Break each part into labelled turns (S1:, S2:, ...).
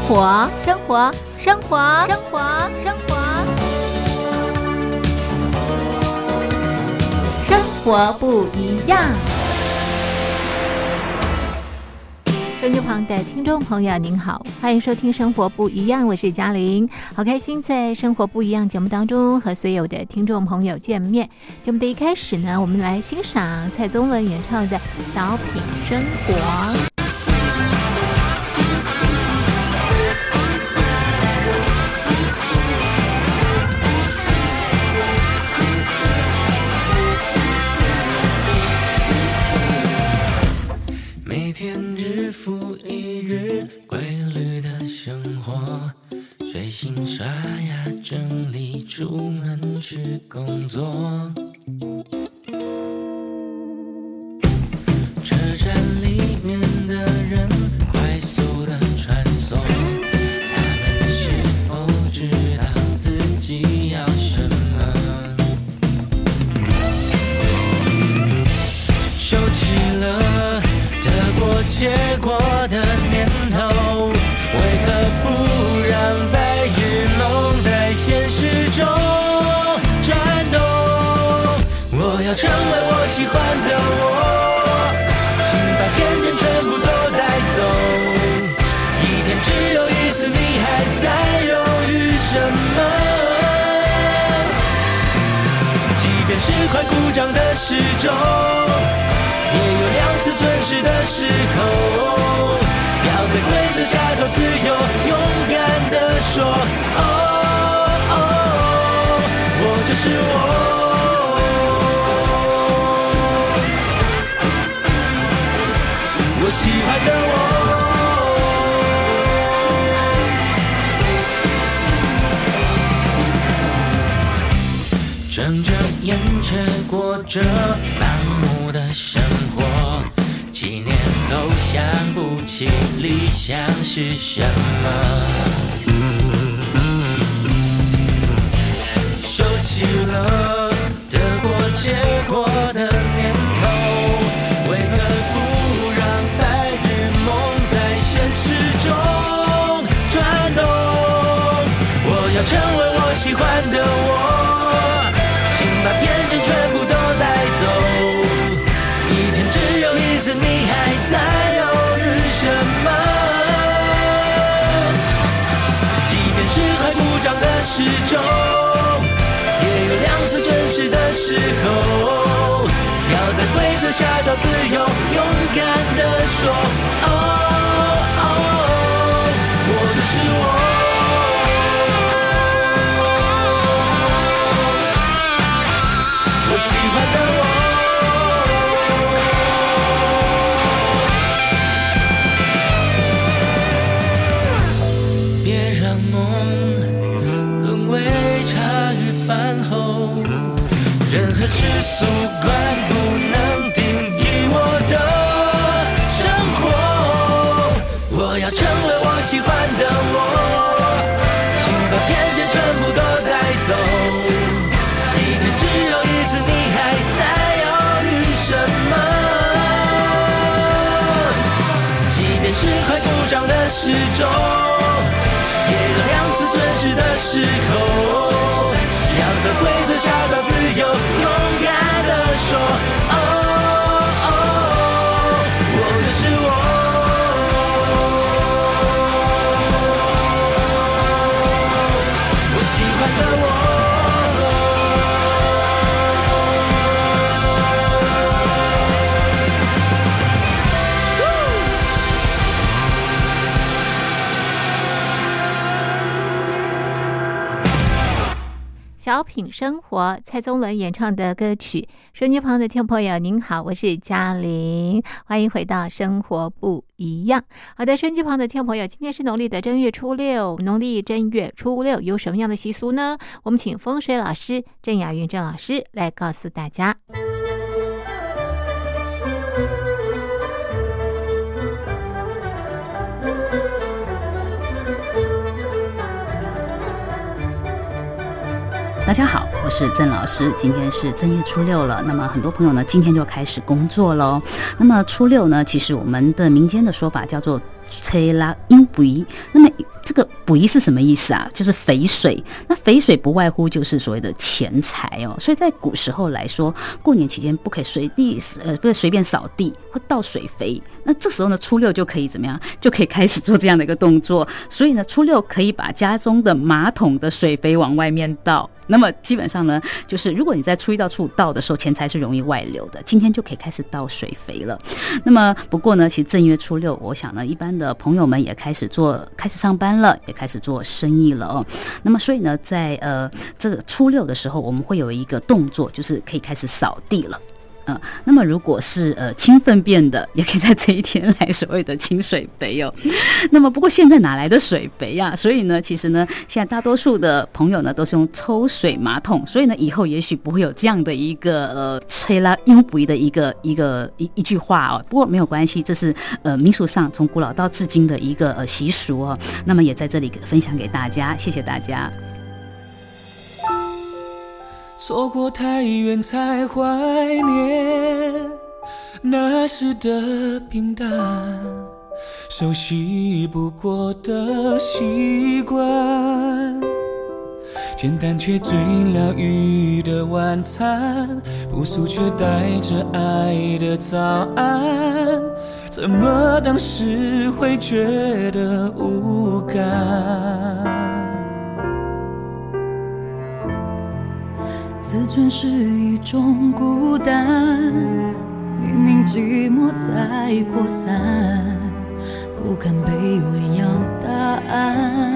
S1: 活，生活，生活，生活，生活，生活不一样。收音机旁的听众朋友您好，欢迎收听生活不一样，我是嘉玲，好开心在生活不一样节目当中和所有的听众朋友见面。节目的一开始呢，我们来欣赏蔡宗伦演唱的《小品生活》。
S2: 每天日复一日规律的生活，睡醒刷牙整理出门去工作，车站里面的人快速的穿梭，他们是否知道自己要什么？收起了得过且过的念头，为何不让白日梦在现实中转动？我要成为我喜欢的我，请把偏见全部都带走。一天只有一次，你还在犹豫什么？即便是快故障的时钟，也有2次准时的时候，要在规则下找自由，勇敢地说哦哦，我就是我喜欢的我。睁着眼却过着盲目的生活，几年都想不起理想是什么。收起了得过且过的念头，为何不让白日梦在现实中转动？我要成为我喜欢的我，把偏见全部都带走。一天只有一次，你还在犹豫什么？即便是快故障的时钟，也有2次准时的时候，要在规则下找自由，勇敢地说哦哦，我就是我。我喜欢的我，别让梦沦为茶余饭后，任何世俗观不能定义我的生活。我要成为我喜欢的我，请把偏见全部都带走。一天只有一次，你还在犹豫什么？即便是快故障的时钟，也有2次准时的时候，要在规则下找自由，勇敢地说哦哦，我就是我喜欢的我。
S1: 小品生活，蔡宗伦演唱的歌曲。收音机旁的听众朋友您好，我是嘉玲，欢迎回到生活不一样。好的，收音机旁的听众朋友，今天是农历的正月初6，农历正月初6有什么样的习俗呢？我们请风水老师郑雅云郑老师来告诉大家。
S3: 大家好，我是郑老师。今天是正月初6了，那么很多朋友呢，今天就开始工作喽。那么初6呢，其实我们的民间的说法叫做吹拉阴不一。那么这个补遗是什么意思啊？就是肥水。那肥水不外乎就是所谓的钱财哦。所以在古时候来说，过年期间不可以不可以随便扫地或倒水肥。那这时候呢，初六就可以怎么样？就可以开始做这样的一个动作。所以呢，初六可以把家中的马桶的水肥往外面倒。那么基本上呢，就是如果你在初一到初五倒的时候，钱财是容易外流的，今天就可以开始倒水肥了。那么不过呢，其实正月初六，我想呢，一般的朋友们也开始上班了，也开始做生意了哦。那么所以呢，在这个初六的时候，我们会有一个动作，就是可以开始扫地了。那么如果是清粪便的，也可以在这一天来所谓的清水肥哦。那么不过现在哪来的水肥啊？所以呢，其实呢，现在大多数的朋友呢都是用抽水马桶，所以呢，以后也许不会有这样的一个吹拉用补的一句话哦。不过没有关系，这是民俗上从古老到至今的一个习俗哦。那么也在这里分享给大家，谢谢大家。
S2: 错过太远才怀念那时的平淡，熟悉不过的习惯，简单却最疗愈的晚餐，朴素却带着爱的早安，怎么当时会觉得无感？
S4: 自尊是一种孤单，明明寂寞在扩散，不堪卑微要答案。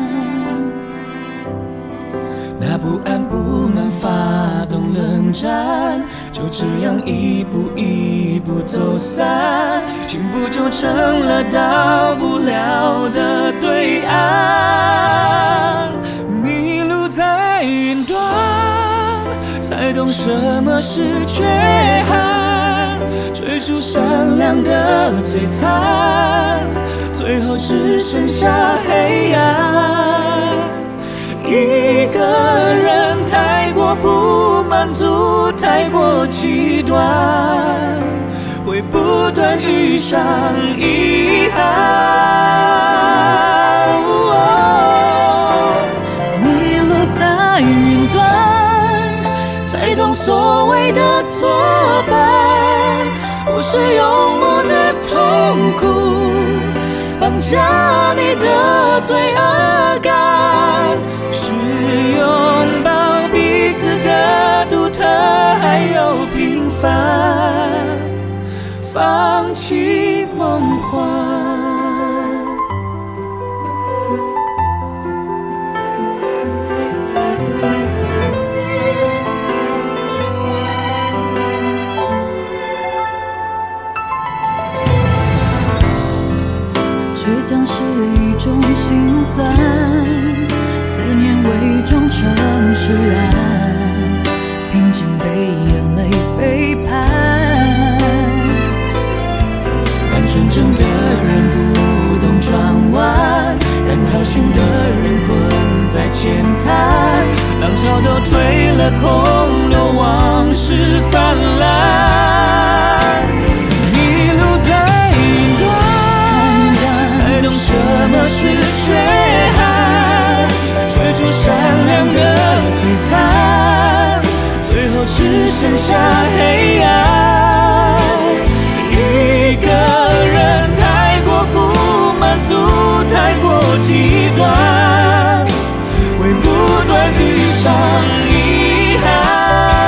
S2: 那不安不满发动冷战，就这样一步一步走散，幸福就成了到不了的对岸。迷路在云端，才懂什么是缺憾，追逐善良的璀璨，最后只剩下黑暗。一个人太过不满足，太过极端，会不断遇上遗憾。
S4: 迷路在云端，才懂所谓的作伴，不是用我的痛苦绑架你的罪恶感，
S2: 是拥抱彼此的独特还有平凡，放弃梦幻。
S4: 倔强是一种心酸，思念伪装成释然，平静被眼泪背叛。
S2: 看真正的人不懂转弯，看掏心的人困在浅滩，浪潮都退了，空留往事泛滥。迷路在云端，才懂什么是缺憾，追逐善良的璀璨，最后只剩下黑暗。一个人太过不满足，太过极端，会不断遇上遗憾。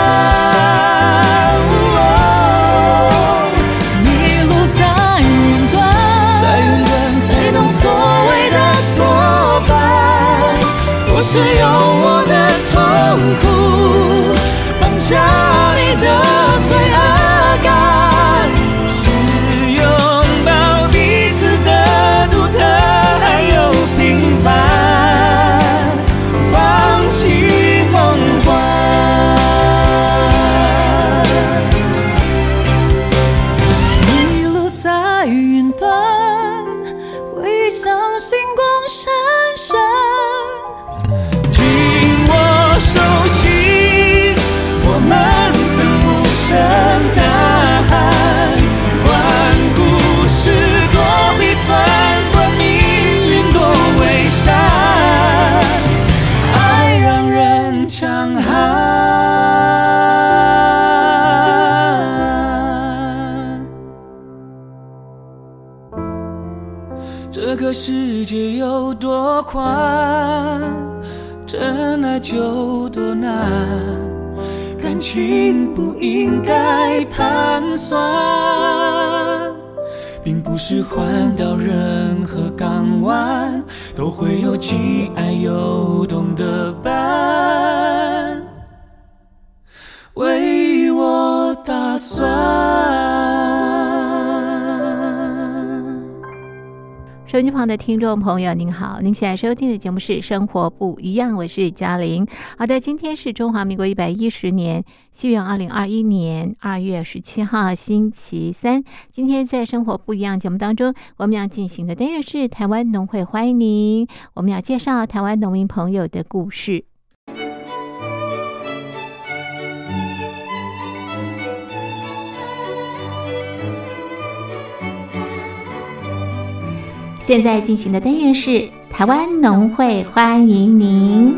S4: 迷路在云端，
S2: 才懂所谓的作伴，不是用我的痛苦绑架你的罪恶感，是拥抱彼此的独特还有平凡，放弃梦幻。
S4: 迷路在云端，回想星光闪闪，
S2: 紧握手心，我们曾不舍。
S4: 世界有多宽，真爱就多难，感情不应该盘算，并不是环岛任何港湾都会有既爱又懂的伴为我打算。
S1: 收音机旁的听众朋友您好，您现在收听的节目是生活不一样，我是嘉玲。好的，今天是中华民国110年，西元2021年2月17号星期三。今天在生活不一样节目当中，我们要进行的单元是台湾农会欢迎您，我们要介绍台湾农民朋友的故事。现在进行的单元是台湾农会欢迎您。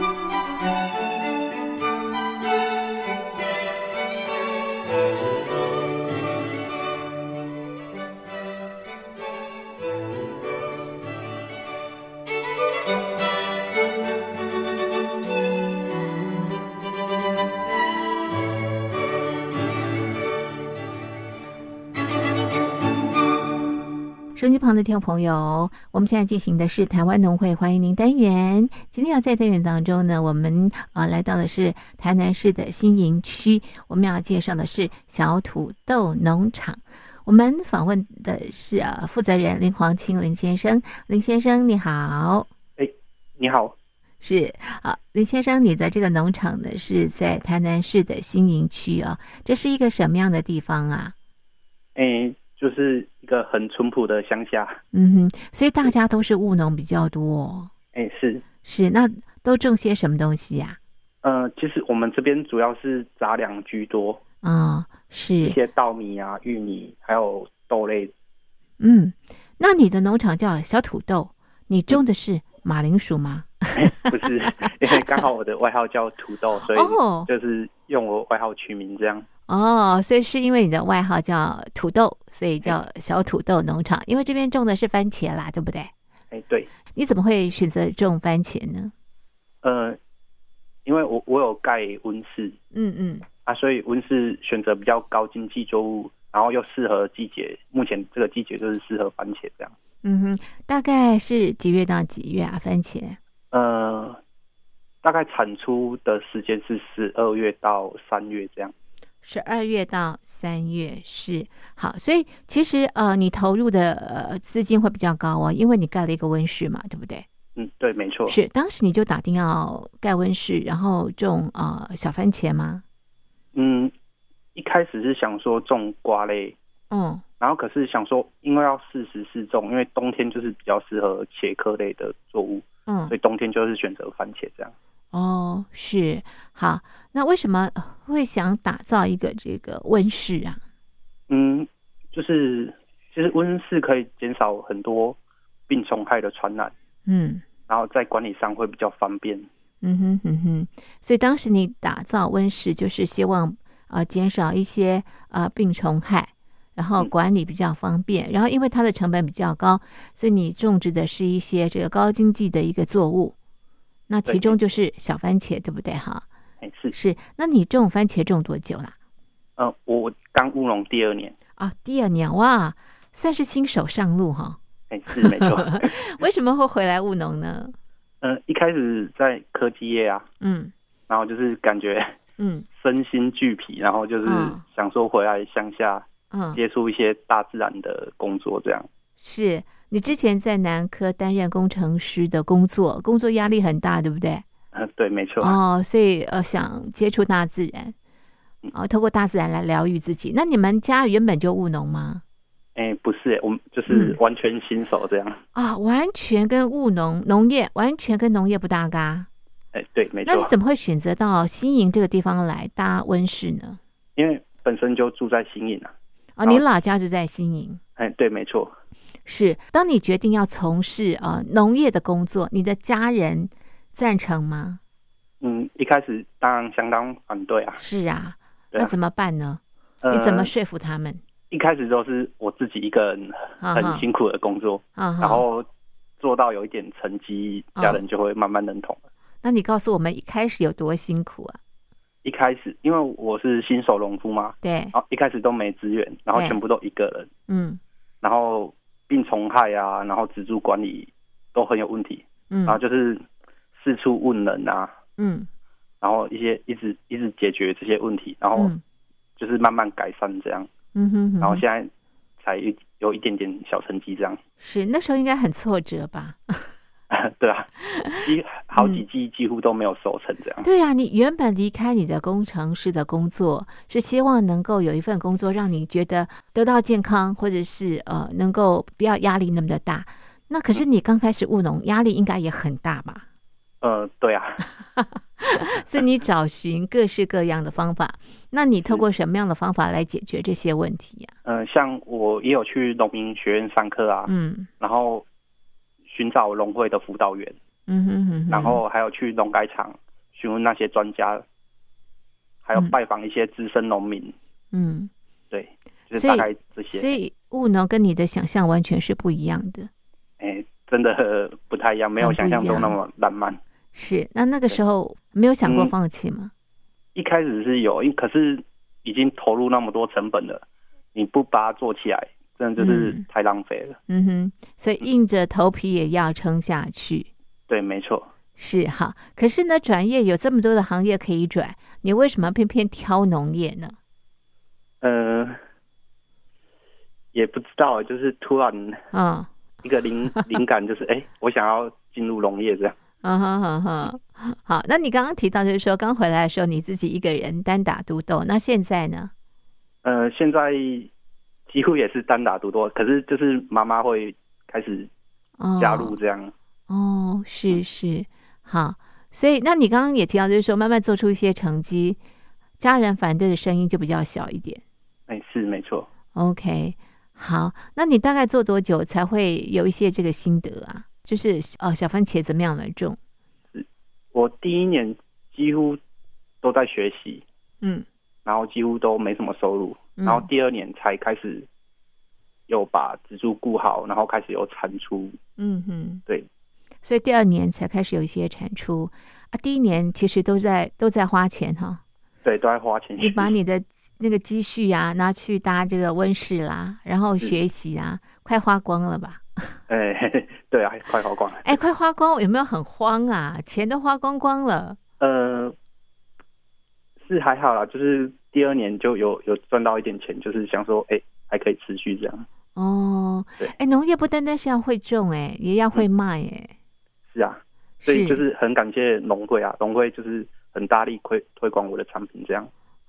S1: 收音机旁的听众朋友，我们现在进行的是台湾农会欢迎您单元。今天要在单元当中呢，我们来到的是台南市的新营区，我们要介绍的是小土豆农场。我们访问的是负责人林煌清林先生。林先生你好。
S5: 你好。
S1: 是林先生，你的这个农场呢是在台南市的新营区啊，这是一个什么样的地方啊？
S5: 就是一个很淳朴的乡下。
S1: 所以大家都是务农比较多。
S5: 是，
S1: 那都种些什么东西呀？
S5: 其实我们这边主要是杂粮居多。
S1: 是
S5: 一些稻米啊、玉米，还有豆类。
S1: 那你的农场叫小土豆，你种的是马铃薯吗？
S5: 不是，因为刚好我的外号叫土豆，所以就是用我外号取名这样。
S1: 所以是因为你的外号叫土豆，所以叫小土豆农场。因为这边种的是番茄啦，对不对？
S5: 对。
S1: 你怎么会选择种番茄呢？
S5: 因为我有盖温室。所以温室选择比较高经济作物，然后又适合季节。目前这个季节就是适合番茄这样。
S1: 大概是几月到几月啊？番茄？
S5: 大概产出的时间是12月到3月这样。
S1: 12月到3月是好，所以其实你投入的资金会比较高哦，因为你盖了一个温室嘛，对不对？
S5: 对，没错。
S1: 是，当时你就打定要盖温室，然后种小番茄吗？
S5: 一开始是想说种瓜类，然后可是想说因为要适时适种，因为冬天就是比较适合茄科类的作物，所以冬天就是选择番茄这样。
S1: 是好。那为什么会想打造一个这个温室啊？
S5: 就是其实温室可以减少很多病虫害的传染，然后在管理上会比较方便。
S1: 所以当时你打造温室就是希望减少一些病虫害，然后管理比较方便，然后因为它的成本比较高，所以你种植的是一些这个高经济的一个作物。那其中就是小番茄，对不对哈？是。那你种番茄种多久啦？
S5: 我刚务农第2年。
S1: 第2年，哇，算是新手上路哈。
S5: 是没错。
S1: 为什么会回来务农呢？
S5: 一开始在科技业啊，然后就是感觉身心俱疲，然后就是想说回来乡下，接触一些大自然的工作这样。
S1: 是。你之前在南科担任工程师的工作压力很大，对不对？
S5: 对，没错。
S1: 所以想接触大自然，透过大自然来疗愈自己。那你们家原本就务农吗？
S5: 不是，我们就是完全新手这样。
S1: 完全跟务农业完全跟农业不搭嘎。
S5: 对，没错。
S1: 那你怎么会选择到新营这个地方来搭温室呢？
S5: 因为本身就住在新营啊。
S1: 你老家就在新营？
S5: 对，没错。
S1: 是，当你决定要从事农业的工作，你的家人赞成吗？
S5: 一开始当然相当反对啊。
S1: 是啊。那怎么办呢？你怎么说服他们？
S5: 一开始都是我自己一个人很辛苦的工作，然后做到有一点成绩，家人就会慢慢认同了。
S1: 那你告诉我们一开始有多辛苦啊？
S5: 一开始因为我是新手农夫嘛，
S1: 对，
S5: 然后一开始都没资源，然后全部都一个人，然后病虫害啊，然后植株管理都很有问题，然后就是四处问人啊，然后一直解决这些问题，然后就是慢慢改善这样，然后现在才有一点点小成绩这样。
S1: 是那时候应该很挫折吧？
S5: 对啊，好几季几乎都没有收成这样。
S1: 对啊，你原本离开你的工程师的工作，是希望能够有一份工作让你觉得得到健康，或者是能够不要压力那么的大。那可是你刚开始务农，压力应该也很大吧？
S5: 对啊。
S1: 所以你找寻各式各样的方法。那你透过什么样的方法来解决这些问题呀？
S5: 像我也有去农民学院上课啊，然后寻找农会的辅导员，然后还有去农改场询问那些专家，还有拜访一些资深农民，对，就是大概这些。
S1: 所以务农跟你的想象完全是不一样的。
S5: 真的不太一样，没有想象中那么浪漫。
S1: 是，那个时候没有想过放弃吗？
S5: 一开始是有，可是已经投入那么多成本了，你不把它做起来，真的就是太浪费了。
S1: 所以硬着头皮也要撑下去。
S5: 对，没错。
S1: 是好，可是呢，转业有这么多的行业可以转，你为什么偏偏挑农业呢？
S5: 也不知道，就是突然一个灵感，就是我想要进入农业这样。
S1: 好，那你刚刚提到就是说刚回来的时候你自己一个人单打独斗，那现在呢？
S5: 现在几乎也是单打独斗，可是就是妈妈会开始加入这样。
S1: 是好，所以那你刚刚也提到就是说慢慢做出一些成绩，家人反对的声音就比较小一点。
S5: 是没错。
S1: OK， 好，那你大概做多久才会有一些这个心得啊？就是小番茄怎么样来种？
S5: 我第一年几乎都在学习，然后几乎都没什么收入，然后第二年才开始有把植株顾好，然后开始有产出。对，
S1: 所以第二年才开始有一些产出啊。第一年其实都在花钱哈。
S5: 对，都在花钱。
S1: 你把你的那个积蓄啊拿去搭这个温室啦，然后学习啊，快花光了吧？
S5: 对啊，快花光了。
S1: 快花光，有没有很慌啊？钱都花光光了。
S5: 是还好啦，就是第二年就有赚到一点钱，就是想说，还可以持续这样。
S1: 对，农业不单单是要会种，也要会卖，
S5: 是啊，所以就是很感谢农会啊，农会就是很大力推广我的产品这样。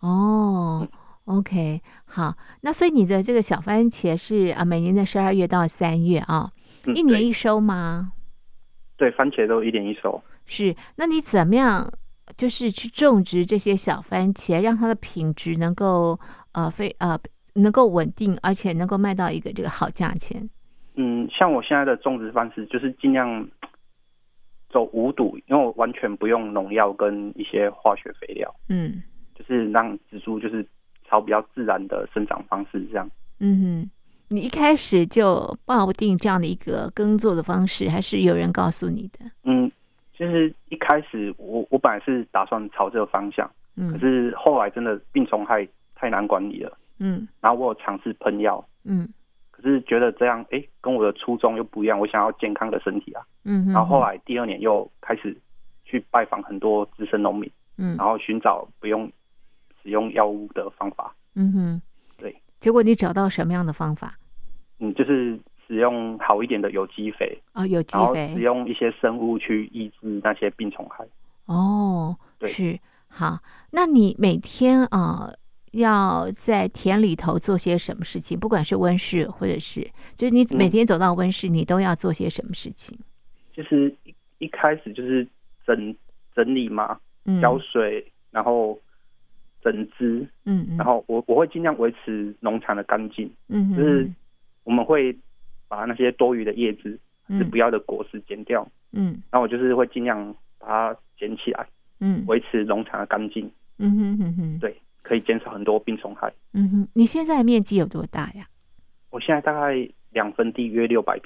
S1: OK， 好，那所以你的这个小番茄是每年的12月到3月啊，一年一收吗？
S5: 对，番茄都一年一收。
S1: 是，那你怎么样就是去种植这些小番茄，让它的品质能够能够稳定，而且能够卖到一个这个好价钱？
S5: 像我现在的种植方式就是尽量走无毒，因为我完全不用农药跟一些化学肥料，就是让植株就是朝比较自然的生长方式这样。
S1: 你一开始就抱定这样的一个耕作的方式，还是有人告诉你的？
S5: 就是一开始我本来是打算朝这个方向，可是后来真的病虫害太难管理了，然后我有尝试喷药，可是觉得这样跟我的初衷又不一样，我想要健康的身体啊，然后后来第二年又开始去拜访很多资深农民，然后寻找不用使用药物的方法，对。
S1: 结果你找到什么样的方法？
S5: 就是使用好一点的有机肥，
S1: 有机肥，
S5: 然后使用一些生物去抑制那些病虫害。对，
S1: 是好。那你每天要在田里头做些什么事情？不管是温室或者是，就是你每天走到温室，你都要做些什么事情？
S5: 就是一开始就是整理嘛，浇水，然后整枝，然后我会尽量维持农场的干净，就是我们会把那些多余的叶子是不要的果实剪掉，然后我就是会尽量把它捡起来，维持农场的干净，对，可以减少很多病虫害。
S1: 你现在的面积有多大呀？
S5: 我现在大概2分地约600坪。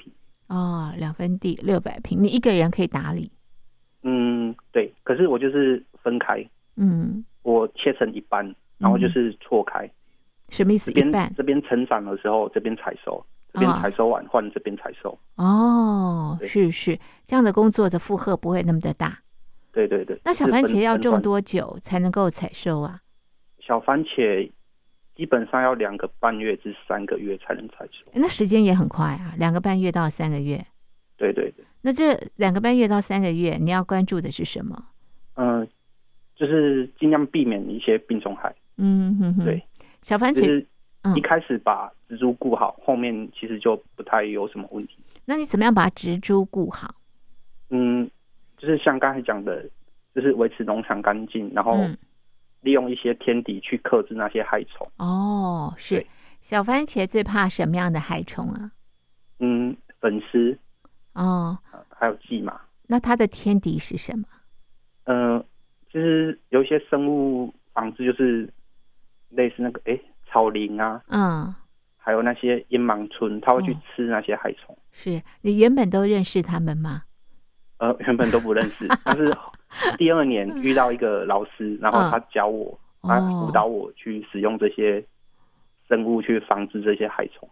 S1: 哦，2分地600平，你一个人可以打理？
S5: 对。可是我就是分开，我切成一半，然后就是错开。
S1: 什么意思？一半？
S5: 这边成长的时候，这边采收，这边采收完换这边采收。
S1: 哦，是，这样的工作的负荷不会那么的大。
S5: 对对对。
S1: 那小番茄要种多久才能够采收啊？
S5: 小番茄基本上要2个半月至3个月才能采收。
S1: 那时间也很快啊，2个半月到3个月。
S5: 对对对。
S1: 那这2个半月到3个月，你要关注的是什么？
S5: 就是尽量避免一些病虫害。对。
S1: 小番茄
S5: 就是一开始把植株顾好，后面其实就不太有什么问题。
S1: 那你怎么样把植株顾好？
S5: 就是像刚才讲的，就是维持农场干净，然后利用一些天敌去克制那些害虫。
S1: 哦，是。小番茄最怕什么样的害虫啊？
S5: 粉虱。
S1: 哦。
S5: 还有蓟马。
S1: 那它的天敌是什么？
S5: 就是有一些生物防治，就是类似那个草蛉啊，还有那些烟芒春，它会去吃那些害虫。
S1: 是你原本都认识他们吗？
S5: 原本都不认识，但是第2年遇到一个老师，然后他教我，他辅导我去使用这些生物去防治这些害虫。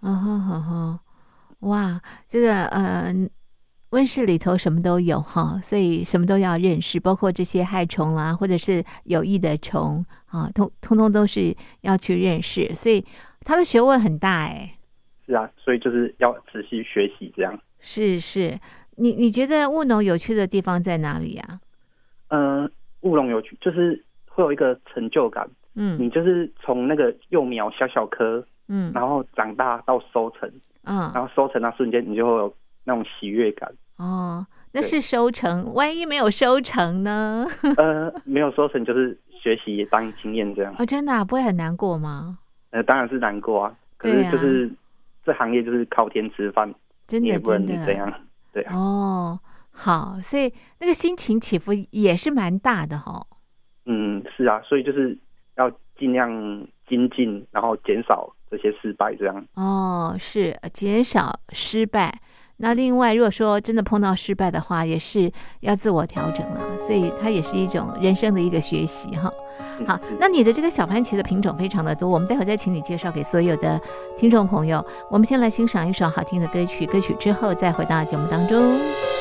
S1: 哇，这个温室里头什么都有哈，所以什么都要认识，包括这些害虫啦，或者是有益的虫啊，通通都是要去认识，所以他的学问很大哎。
S5: 是啊，所以就是要仔细学习这样。
S1: 是，你觉得务农有趣的地方在哪里啊？
S5: 务农有趣就是会有一个成就感。你就是从那个幼苗小颗，然后长大到收成，然后收成那瞬间，你就会有那种喜悦感。
S1: 那是收成，万一没有收成呢？
S5: 没有收成就是学习当经验这样。
S1: 真的不会很难过吗？
S5: 当然是难过啊。可是就是这行业就是靠天吃饭，
S1: 真的
S5: 也不能这样。对啊。
S1: 好，所以那个心情起伏也是蛮大的齁。
S5: 是啊，所以就是要尽量精进，然后减少这些失败这样。
S1: 是减少失败。那另外如果说真的碰到失败的话，也是要自我调整了，所以它也是一种人生的一个学习哈。好，那你的这个小番茄的品种非常的多，我们待会再请你介绍给所有的听众朋友。我们先来欣赏一首好听的歌曲，歌曲之后再回到节目当中。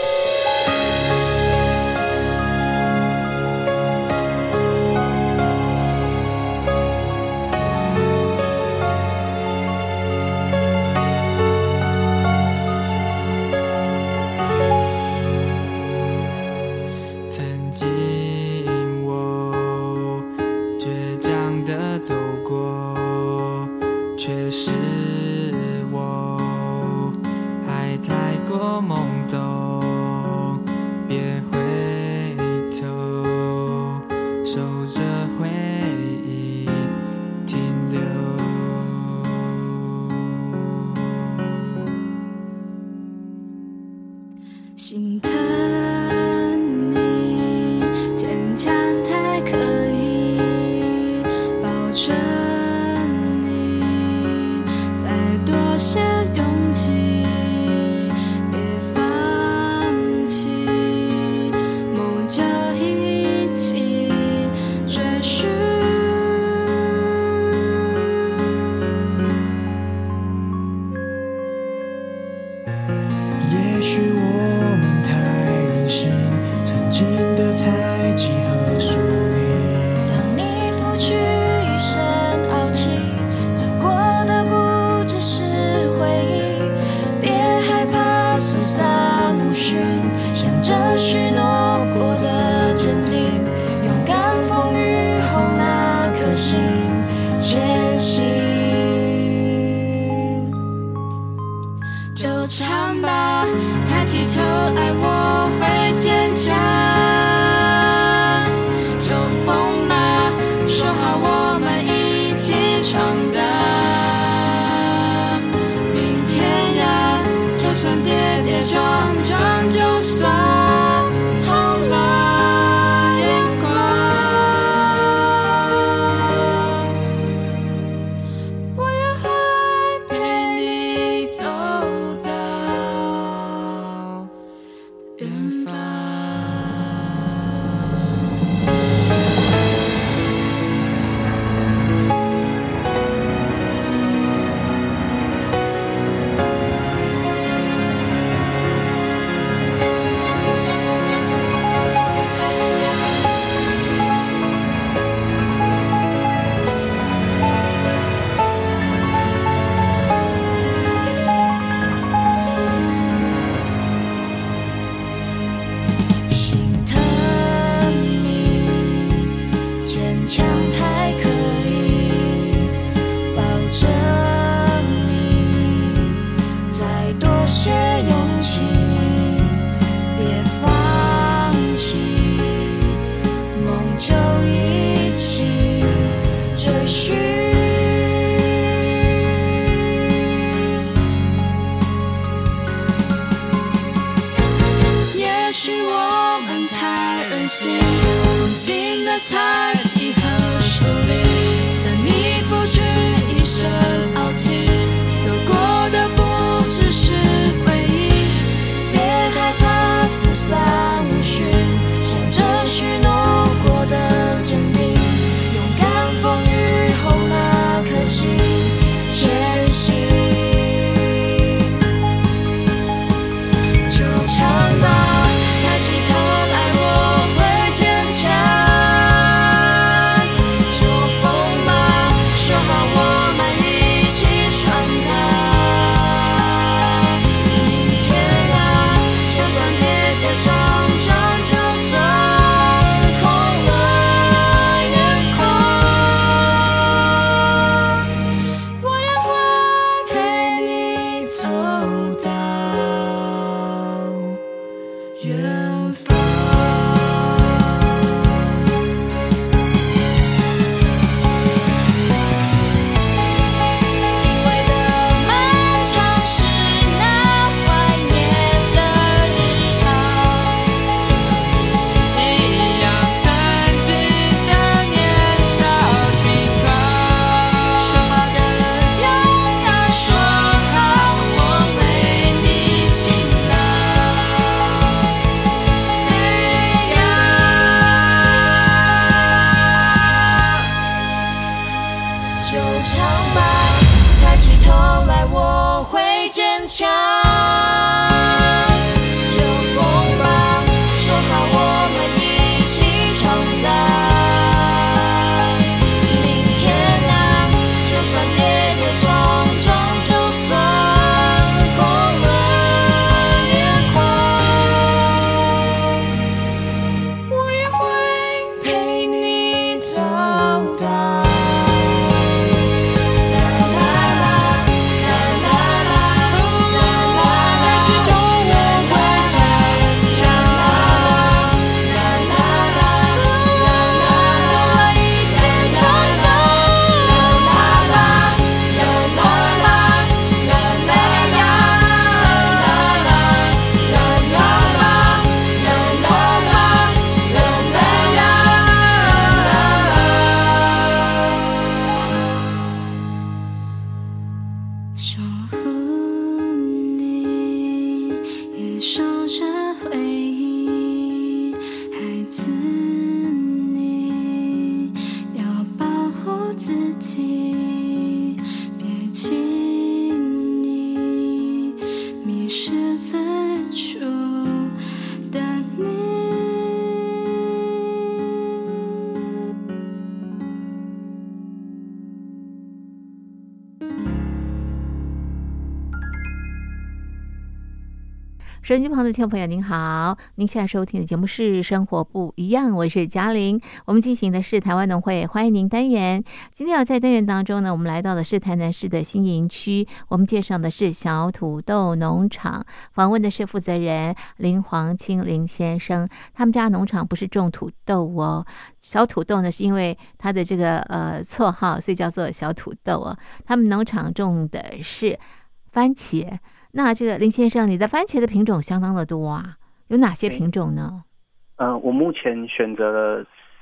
S4: 心疼你坚强太可以保证你再多些勇气，别放弃梦，就一起追寻。
S2: 也许我们太任性，曾经的猜忌和疏离。
S4: 当你拂去一身傲气，走过的不只是回忆，别害怕四散无寻，向着许诺过的坚定，勇敢风雨后那颗心前行。就唱吧，抬起头，爱我会坚强。就疯吧，说好我们一起闯荡。明天呀，就算跌跌撞撞，就算红了眼眶，我也会陪你走到强。就疯吧，说好我们一起闯荡。明天啊，就算跌跌撞撞，就算空了眼眶，我也会陪你走到。
S1: 收音机旁的听众朋友您好，您现在收听的节目是生活不一样，我是嘉玲。我们进行的是台湾农会欢迎您单元。今天在单元当中呢，我们来到的是台南市的新营区，我们介绍的是小土豆农场，访问的是负责人林黄清林先生。他们家农场不是种土豆哦，小土豆呢是因为他的这个绰号，所以叫做小土豆哦。他们农场种的是番茄。那这个林先生，你的番茄的品种相当的多啊，有哪些品种呢？
S5: 我目前选择了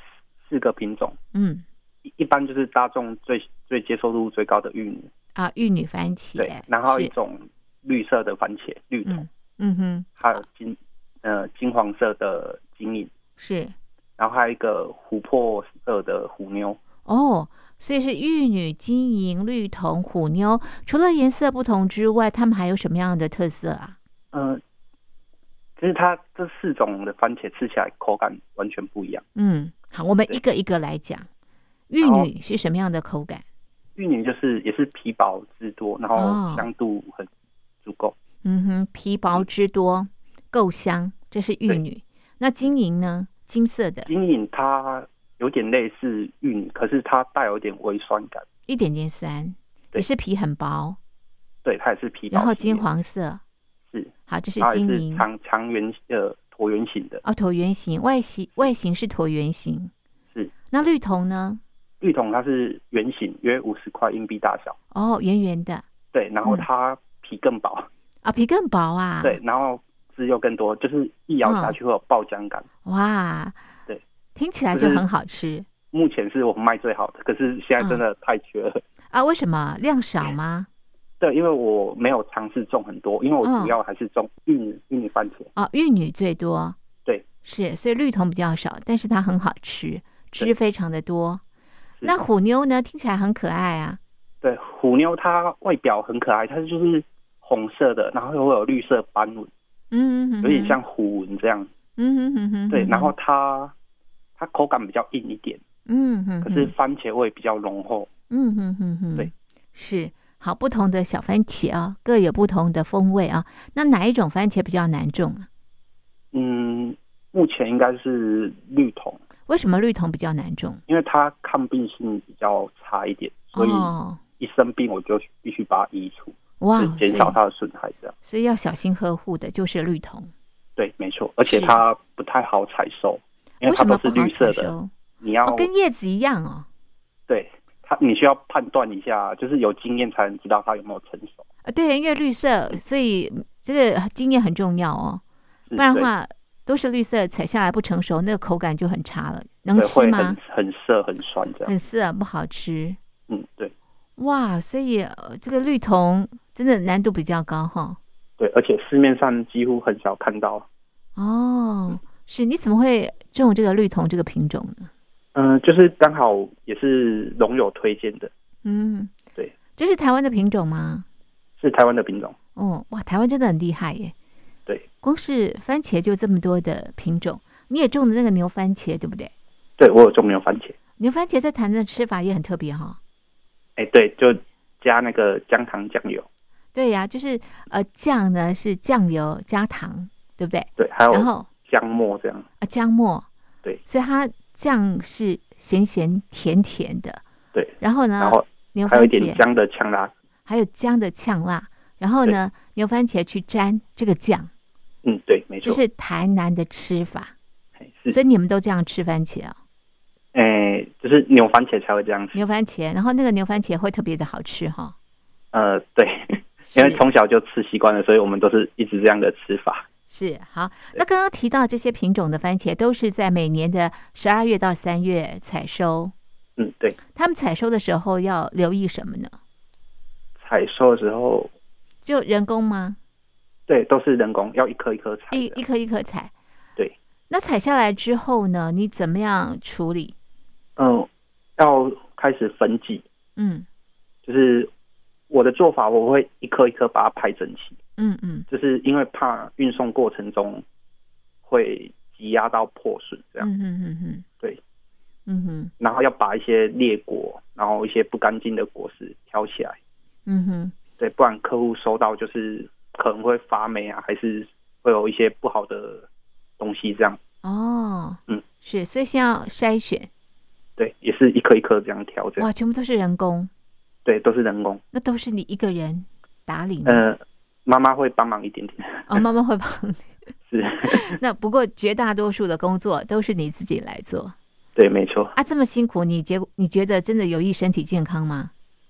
S5: 4个品种。一般就是大众最接受度最高的玉女
S1: 啊，玉女番茄。
S5: 对，然后一种绿色的番茄，绿桶。还有金黄色的金银。是。然后还有一个琥珀色的虎妞。哦。所以是玉女、金银、绿铜、虎妞，除了颜色不同之外，它们还有什么样的特色啊？其实它这4种的番茄吃起来口感完全不一样。好，我们一个一个来讲。玉女是什么样的口感？玉女就是也是皮薄汁多，然后香度很足够。皮薄汁多，够香，这是玉女。那金银呢？金色的金银它有点类似玉女，可是它带有点微酸感，一点点酸，也是皮很薄。对，它也是皮薄。然后金黄色是好，这是金银，长圆椭圆形的。椭圆形，外形是椭圆形。是。那绿铜呢？绿铜它是圆形，约50块硬币大小。哦，圆圆的。对，然后它皮更薄。皮更薄啊。对，然后汁又更多，就是一咬下去会有爆浆感。哇。听起来就很好吃，目前是我们卖最好的，可是现在真的太缺了。为什么？量少吗？对，因为我没有尝试种很多，因为我主要还是种玉女番茄。玉女最多。对，是，所以绿铜比较少，但是它很好吃，汁非常的多。那虎妞呢？听起来很可爱啊。对，虎妞它外表很可爱，它就是红色的，然后又会有绿色斑纹，有点像虎纹这样。对，然后它口感比较硬一点，可是番茄味比较浓厚，对，是好，不同的小番茄啊，各有不同的风味啊。那哪一种番茄比较难种啊？目前应该是绿桶。为什么绿桶比较难种？因为它抗病性比较差一点，所以一生病我就必须把它移除，减少它的损害，这样。所以要小心呵护的就是绿桶。对，没错，而且它不太好采收。因为它都是绿色的，你要跟叶子一样哦。对，你需要判断一下，就是有经验才能知道它有没有成熟。对，因为绿色，所以这个经验很重要哦。不然的话，都是绿色，采下来不成熟，那个口感就很差了。能吃吗？很涩，很酸，这样。很涩，不好吃。对。哇，所以这个绿铜真的难度比较高哈。对，而且市面上几乎很少看到。是，你怎么会种这个绿铜这个品种呢？就是刚好也是农友推荐的。对，这是台湾的品种吗？是台湾的品种。
S1: 哦，哇，台湾真的很厉害耶。
S5: 对，
S1: 光是番茄就这么多的品种，你也种的那个牛番茄，对不对？
S5: 对，我有种牛番茄。
S1: 牛番茄在台湾的吃法也很特别哈。
S5: 对，就加那个姜糖酱油。
S1: 对呀，就是酱呢是酱油加糖，对不对？
S5: 对，还有
S1: 然后
S5: 姜末这样。
S1: 姜末。
S5: 对，
S1: 所以它酱是咸咸甜甜的。
S5: 对，
S1: 然后呢，
S5: 然后
S1: 牛番茄
S5: 还有一点姜的呛辣。
S1: 还有姜的呛辣，然后呢，牛番茄去沾这个酱。
S5: 对，没错。
S1: 这是台南的吃法。
S5: 是，
S1: 所以你们都这样吃番茄啊？
S5: 就是牛番茄才会这样吃。
S1: 牛番茄，然后那个牛番茄会特别的好吃哈。
S5: 对，因为从小就吃习惯了，所以我们都是一直这样的吃法。
S1: 是，好。那刚刚提到这些品种的番茄，都是在每年的12月到3月采收。
S5: 对。
S1: 他们采收的时候要留意什么呢？
S5: 采收的时候
S1: 就人工吗？
S5: 对，都是人工，要一颗一颗采，
S1: 一颗一颗采。
S5: 对。
S1: 那采下来之后呢，你怎么样处理？
S5: 要开始分级。就是我的做法，我会一颗一颗把它排整齐。就是因为怕运送过程中会挤压到破损，这样。对。然后要把一些裂果，然后一些不干净的果实挑起来。对，不然客户收到就是可能会发霉啊，还是会有一些不好的东西这样。
S1: 是，所以先要筛选。
S5: 对，也是一颗一颗这样挑这样。
S1: 哇，全部都是人工。
S5: 对，都是人工。
S1: 那都是你一个人打理吗？
S5: 妈妈会帮忙一点点。
S1: 妈妈会帮你。
S5: 是。
S1: 那不过绝大多数的工作都是你自己来做。
S5: 对，没错。
S1: 这么辛苦，你觉得真的有益身体健康吗？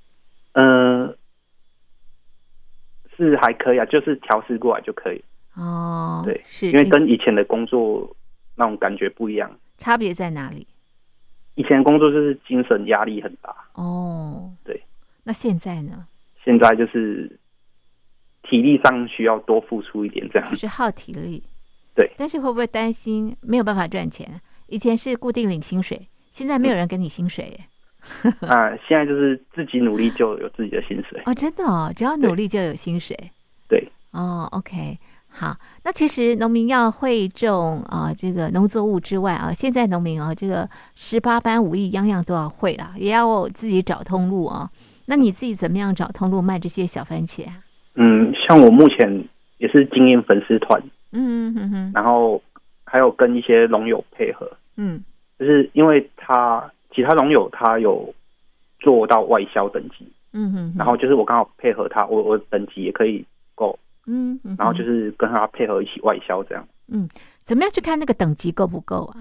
S5: 是还可以啊，就是调试过来就可以。对，
S1: 是
S5: 因为跟以前的工作那种感觉不一样。
S1: 差别在哪里？
S5: 以前的工作就是精神压力很大。对。
S1: 那现在呢？
S5: 现在就是体力上需要多付出一点，这样。
S1: 就是耗体力。
S5: 对。
S1: 但是会不会担心没有办法赚钱？以前是固定领薪水，现在没有人给你薪水耶。
S5: 现在就是自己努力就有自己的薪水。
S1: 真的哦，只要努力就有薪水。
S5: 对。
S1: OK， 好。那其实农民要会种这个农作物之外现在农民这个18般武艺样样都要会啦，也要自己找通路那你自己怎么样找通路卖这些小番茄啊？
S5: 像我目前也是经营粉丝团。然后还有跟一些农友配合。就是因为其他农友他有做到外销等级。然后就是我刚好配合他，我等级也可以够。然后就是跟他配合一起外销这样。
S1: 怎么样去看那个等级够不够啊？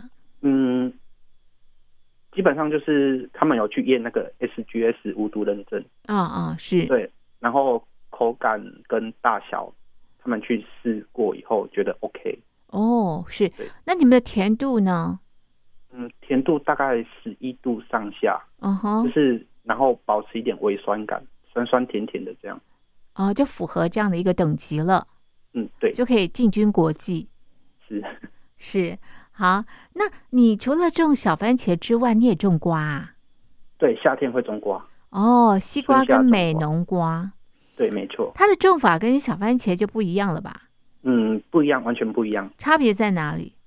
S5: 基本上就是他们有去验那个 SGS 无毒认证。
S1: 是。
S5: 对，然后口感跟大小他们去试过以后觉得 OK。
S1: 是。那你们的甜度呢？
S5: 甜度大概11度上下。就是然后保持一点微酸感，酸酸甜甜的这样。
S1: 就符合这样的一个等级了。
S5: 对，
S1: 就可以进军国际。是。好，那你除了种小番茄之外，你也种瓜啊？
S5: 对，夏天会种瓜。
S1: 西瓜跟美浓瓜。
S5: 对，没错。
S1: 它的种法跟小番茄就不一样了吧？
S5: 不一样，完全不一样。
S1: 差别在哪里？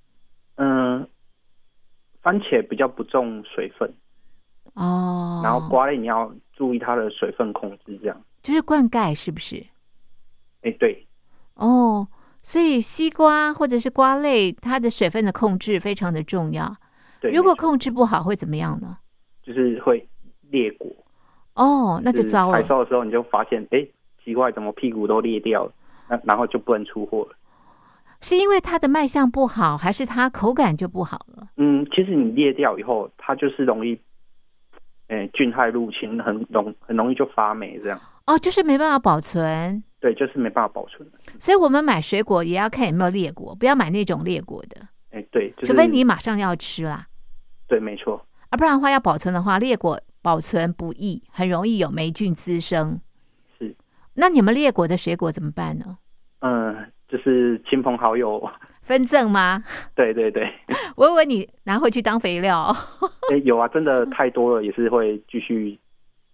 S5: 番茄比较不重水分。然后瓜类你要注意它的水分控制，这样。
S1: 就是灌溉是不是？
S5: 对。
S1: 所以西瓜或者是瓜类，它的水分的控制非常的重要。
S5: 对。
S1: 如果控制不好会怎么样呢？
S5: 就是会裂果。
S1: 那就糟了。
S5: 采收的时候你就发现，奇怪，怎么屁股都裂掉了？然后就不能出货了。
S1: 是因为它的卖相不好，还是它口感就不好了？
S5: 其实你裂掉以后，它就是容易，菌害入侵，很容易就发霉这样。
S1: 就是没办法保存。
S5: 对，就是没办法保存。
S1: 所以我们买水果也要看有没有裂果，不要买那种裂果的。
S5: 对，
S1: 除非你马上要吃啦。
S5: 对，没错。
S1: 不然的话要保存的话，裂果保存不易，很容易有霉菌滋生。
S5: 是。
S1: 那你们裂果的水果怎么办呢？
S5: 就是亲朋好友
S1: 分赠吗？
S5: 对对对。
S1: 我以为你拿回去当肥料。
S5: 有啊，真的太多了，也是会继续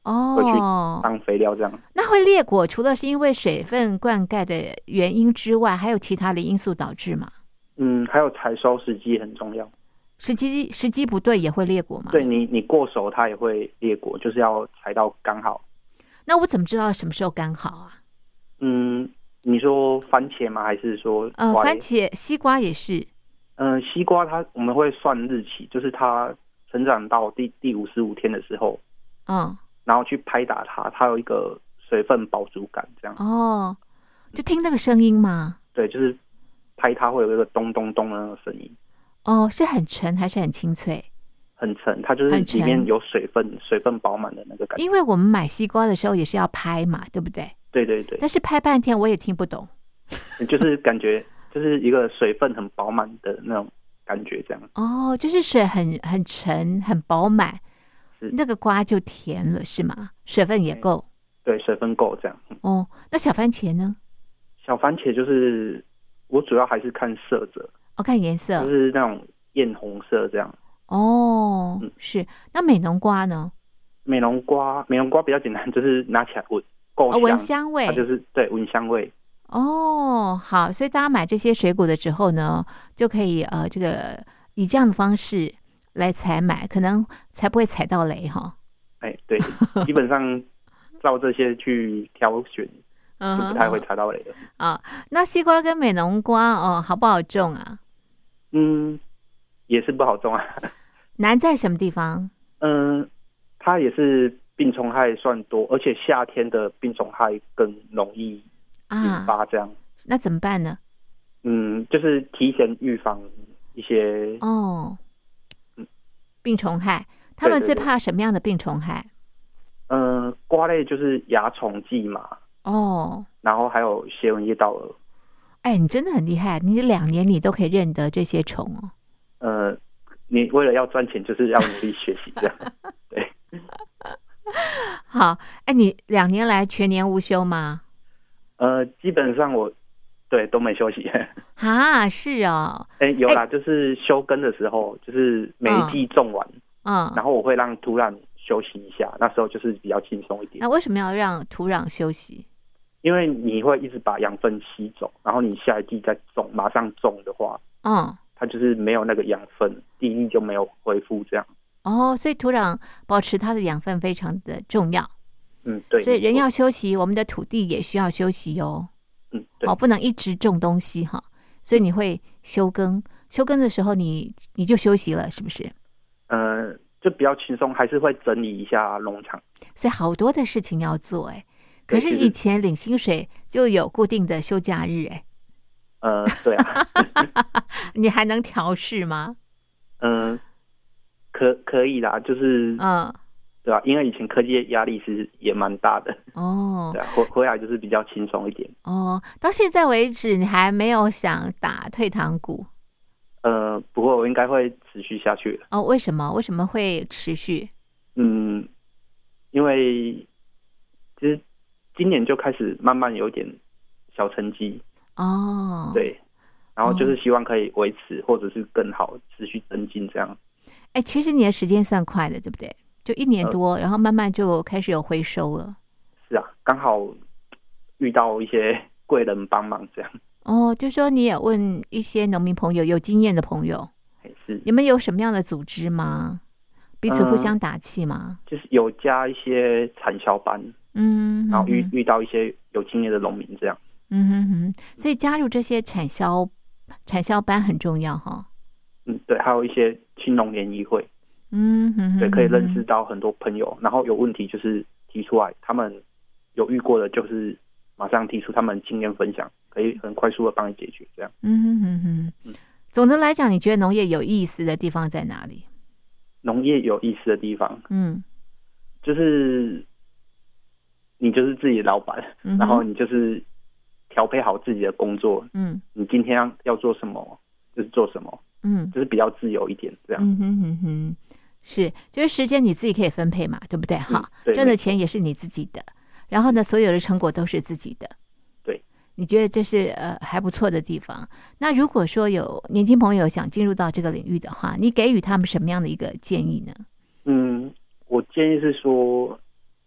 S5: 会去当肥料这样。
S1: 那会裂果，除了是因为水分灌溉的原因之外，还有其他的因素导致吗？
S5: 还有采收时机很重要。
S1: 时机不对也会裂果吗？
S5: 对，你过熟它也会裂果，就是要采到刚好。
S1: 那我怎么知道什么时候刚好啊？
S5: 你说番茄吗？还是说
S1: 番茄、西瓜也是？
S5: 西瓜我们会算日期，就是它成长到第55天的时候，然后去拍打它有一个水分饱足感，这样。
S1: 哦，就听那个声音吗？
S5: 对，就是拍它会有一个咚咚咚的那个声音。
S1: 哦，是很沉还是很清脆？
S5: 很沉，它就是里面有水分饱满的那个感觉。
S1: 因为我们买西瓜的时候也是要拍嘛，对不对？
S5: 对对对。
S1: 但是拍半天我也听不懂。
S5: 就是感觉就是一个水分很饱满的那种感觉，这样。
S1: 哦，就是水很沉很饱满，那个瓜就甜了是吗？水分也够。
S5: 对，水分够这样。
S1: 哦，那小番茄呢？
S5: 小番茄就是我主要还是看色泽。
S1: 看颜色，
S5: 就是那种艳红色这样。
S1: 哦，是。那美浓瓜呢？
S5: 美浓瓜比较简单，就是拿起来够香，
S1: 闻香味，
S5: 它就是对闻香味。
S1: 哦，好，所以大家买这些水果的时候呢，就可以这个以这样的方式来采买，可能才不会踩到雷哈。
S5: 对，基本上照这些去挑选，就不太会踩到雷了。
S1: 那西瓜跟美浓瓜好不好种啊？
S5: 也是不好种啊。
S1: 难在什么地方？
S5: 它也是病虫害算多，而且夏天的病虫害更容易引发这样。
S1: 那怎么办呢？
S5: 就是提前预防一些
S1: 病虫害。他们最怕什么样的病虫害？
S5: 瓜类就是蚜虫、蓟马然后还有斜纹叶稻蛾。
S1: 你真的很厉害，你2年你都可以认得这些虫哦。
S5: 你为了要赚钱，就是要努力学习这样。对。
S1: 好，你2年来全年无休吗？
S5: 基本上我都没休息。
S1: 是哦。
S5: 有啦，就是休耕的时候，就是每一季种完，然后我会让土壤休息一下，那时候就是比较轻松一点。
S1: 那为什么要让土壤休息？
S5: 因为你会一直把养分吸走，然后你下一季再种，马上种的话，它就是没有那个养分，第一就没有恢复这样。
S1: 所以土壤保持它的养分非常的重要。
S5: 对。
S1: 所以人要休息，我们的土地也需要休息哦。
S5: 对。
S1: 不能一直种东西哈。所以你会休耕，休耕的时候你就休息了，是不是？
S5: 就比较轻松，还是会整理一下农场。
S1: 所以好多的事情要做可是以前领薪水就有固定的休假日
S5: 对啊。
S1: 你还能调试吗？
S5: 可以啦，就是对吧？因为以前科技压力是也蛮大的对啊，回来就是比较轻松一点。
S1: 到现在为止你还没有想打退堂鼓？
S5: 不过我应该会持续下去的。
S1: 为什么会持续？
S5: 因为其实今年就开始慢慢有点小成绩对，然后就是希望可以维持或者是更好持续增进这样。
S1: 其实你的时间算快的，对不对？就1年多，然后慢慢就开始有回收了。是
S5: 啊，刚好遇到一些贵人帮忙这样。
S1: 就说你也问一些农民朋友，有经验的朋友，你们有什么样的组织吗？彼此互相打气吗？
S5: 就是有加一些产销班，然后遇到一些有经验的农民这样。
S1: 所以加入这些产销班很重要哈。
S5: 对，还有一些青农联谊会，对，可以认识到很多朋友，然后有问题就是提出来，他们有遇过的，就是马上提出他们经验分享，可以很快速的帮你解决这样。
S1: 总的来讲，你觉得农业有意思的地方在哪里？
S5: 农业有意思的地方，就是你就是自己的老板，然后你就是调配好自己的工作，你今天要做什么就是做什么，就是比较自由一点这样。
S1: 是，就是时间你自己可以分配嘛，对不对？赚的钱也是你自己的，然后呢，所有的成果都是自己的。
S5: 对，
S1: 你觉得这是还不错的地方。那如果说有年轻朋友想进入到这个领域的话，你给予他们什么样的一个建议呢？
S5: 我建议是说，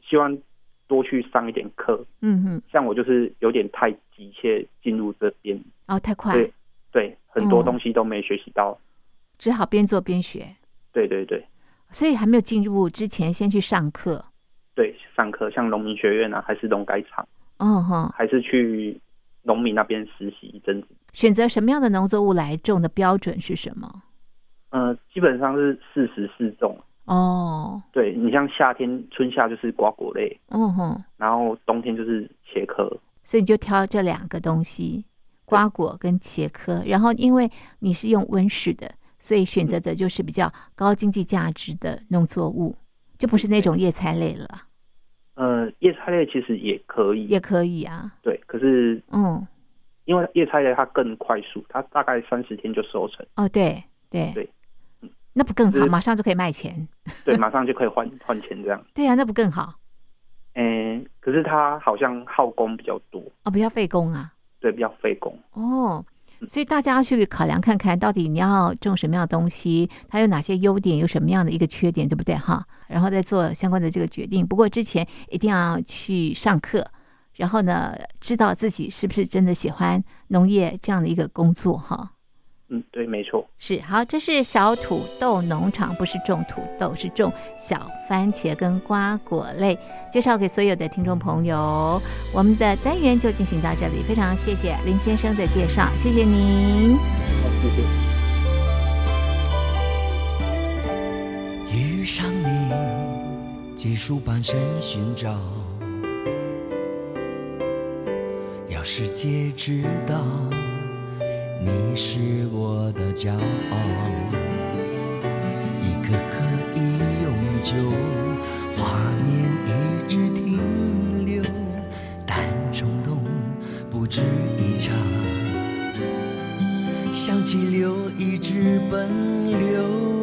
S5: 希望多去上一点课。像我就是有点太急切进入这边，
S1: 太快。
S5: 对，很多东西都没学习到，
S1: 只好边做边学。
S5: 对，
S1: 所以还没有进入之前，先去上课。
S5: 对，上课，像农民学院啊，还是农改场，还是去农民那边实习一阵子。
S1: 选择什么样的农作物来种的标准是什么？
S5: 基本上是40-4种。对，你像夏天春夏就是瓜果类，然后冬天就是茄科，
S1: 所以你就挑这2个东西，瓜果跟茄科。然后因为你是用温室的，所以选择的就是比较高经济价值的农作物，就不是那种叶菜类了。
S5: 叶菜类其实也可以
S1: 啊。
S5: 对，可是因为叶菜类它更快速，它大概30天就收成。
S1: 对，那不更好？马上就可以卖钱。
S5: 对，马上就可以换钱这样。
S1: 对啊，那不更好？
S5: 可是它好像耗工比较多。
S1: 比较费工啊。
S5: 对，比较费工。
S1: 所以大家要去考量看看，到底你要种什么样的东西，它有哪些优点，有什么样的一个缺点，对不对哈？然后再做相关的这个决定。不过之前一定要去上课，然后呢，知道自己是不是真的喜欢农业这样的一个工作哈。
S5: 对，没错。
S1: 是，好，这是小土豆农场，不是种土豆，是种小番茄跟瓜果类，介绍给所有的听众朋友。我们的单元就进行到这里，非常谢谢林先生的介绍，谢谢您。
S5: 谢谢。
S2: 遇上你，结束半生寻找，要世界知道你是我的骄傲，一颗颗已永久，画面一直停留，但冲动不止一场，像气流一直奔流。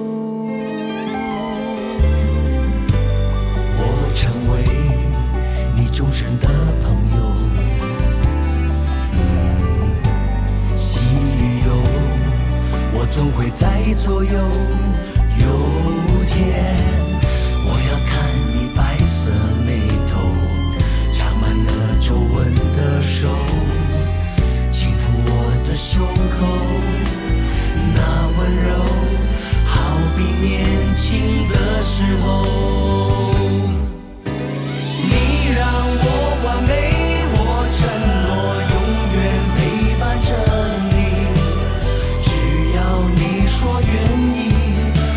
S2: 我成为你终身的朋友，我总会在左右。有天我要看你白色眉头，长满了皱纹的手，轻抚我的胸口，那温柔好比年轻的时候。你让我完美，我承诺永远陪伴着你，说愿意，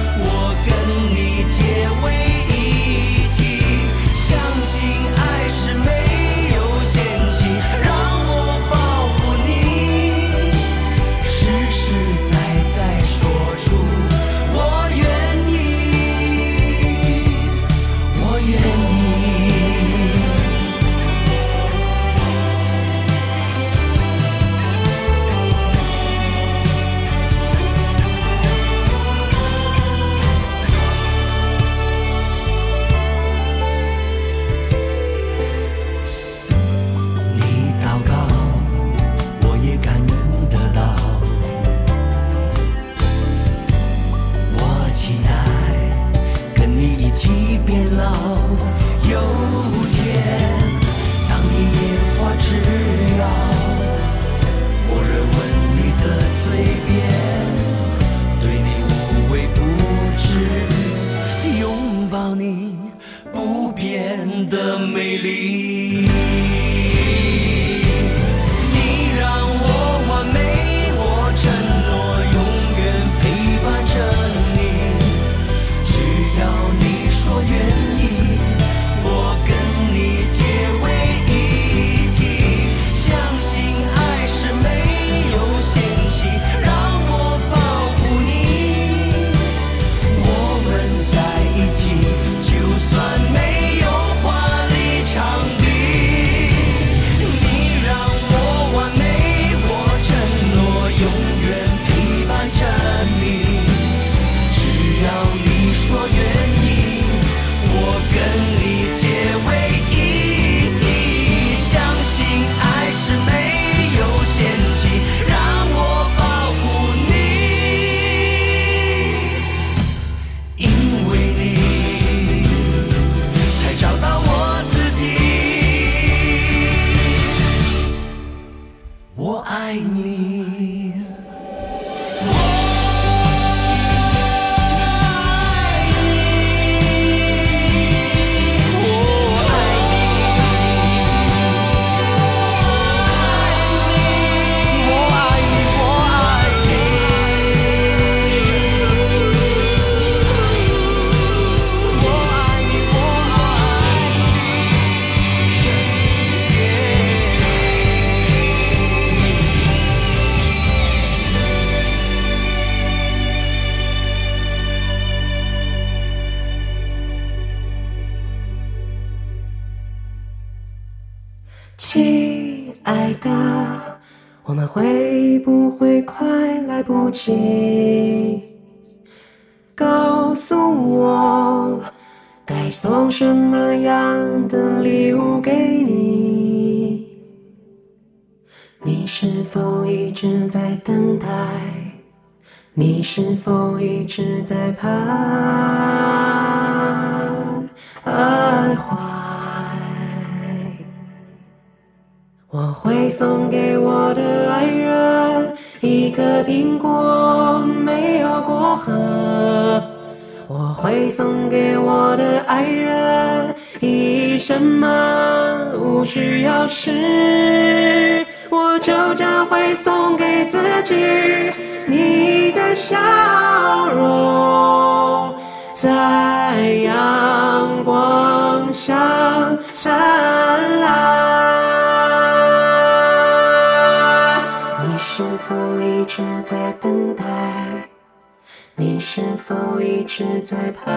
S6: 亲爱的，我们会不会快来不及？告诉我，该送什么样的礼物给你？你是否一直在等待？你是否一直在徘徊？我会送给我的爱人一个苹果，没有果核。我会送给我的爱人一什么无需要时，我就将会送给自己你的笑容，在阳光下灿烂。你是否一直在等待？你是否一直在徘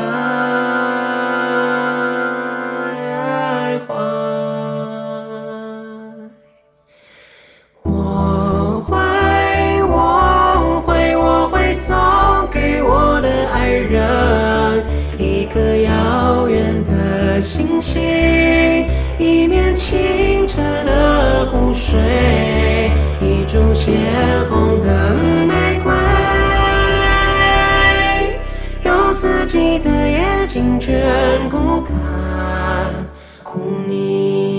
S6: 徊？我会送给我的爱人一颗遥远的星星，一面清澈的湖水，一株鲜红的玫瑰，用四季的眼睛眷顾看护你。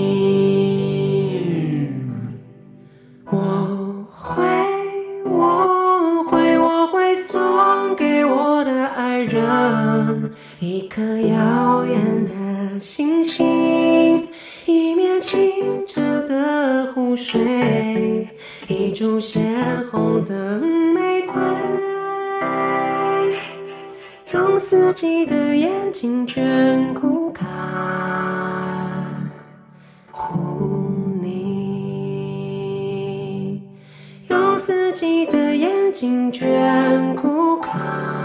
S6: 我会送给我的爱人一颗遥远的星星，一面清澈的湖水，一株鲜红的玫瑰，用四季的眼睛眷顾看护你，用四季的眼睛眷顾看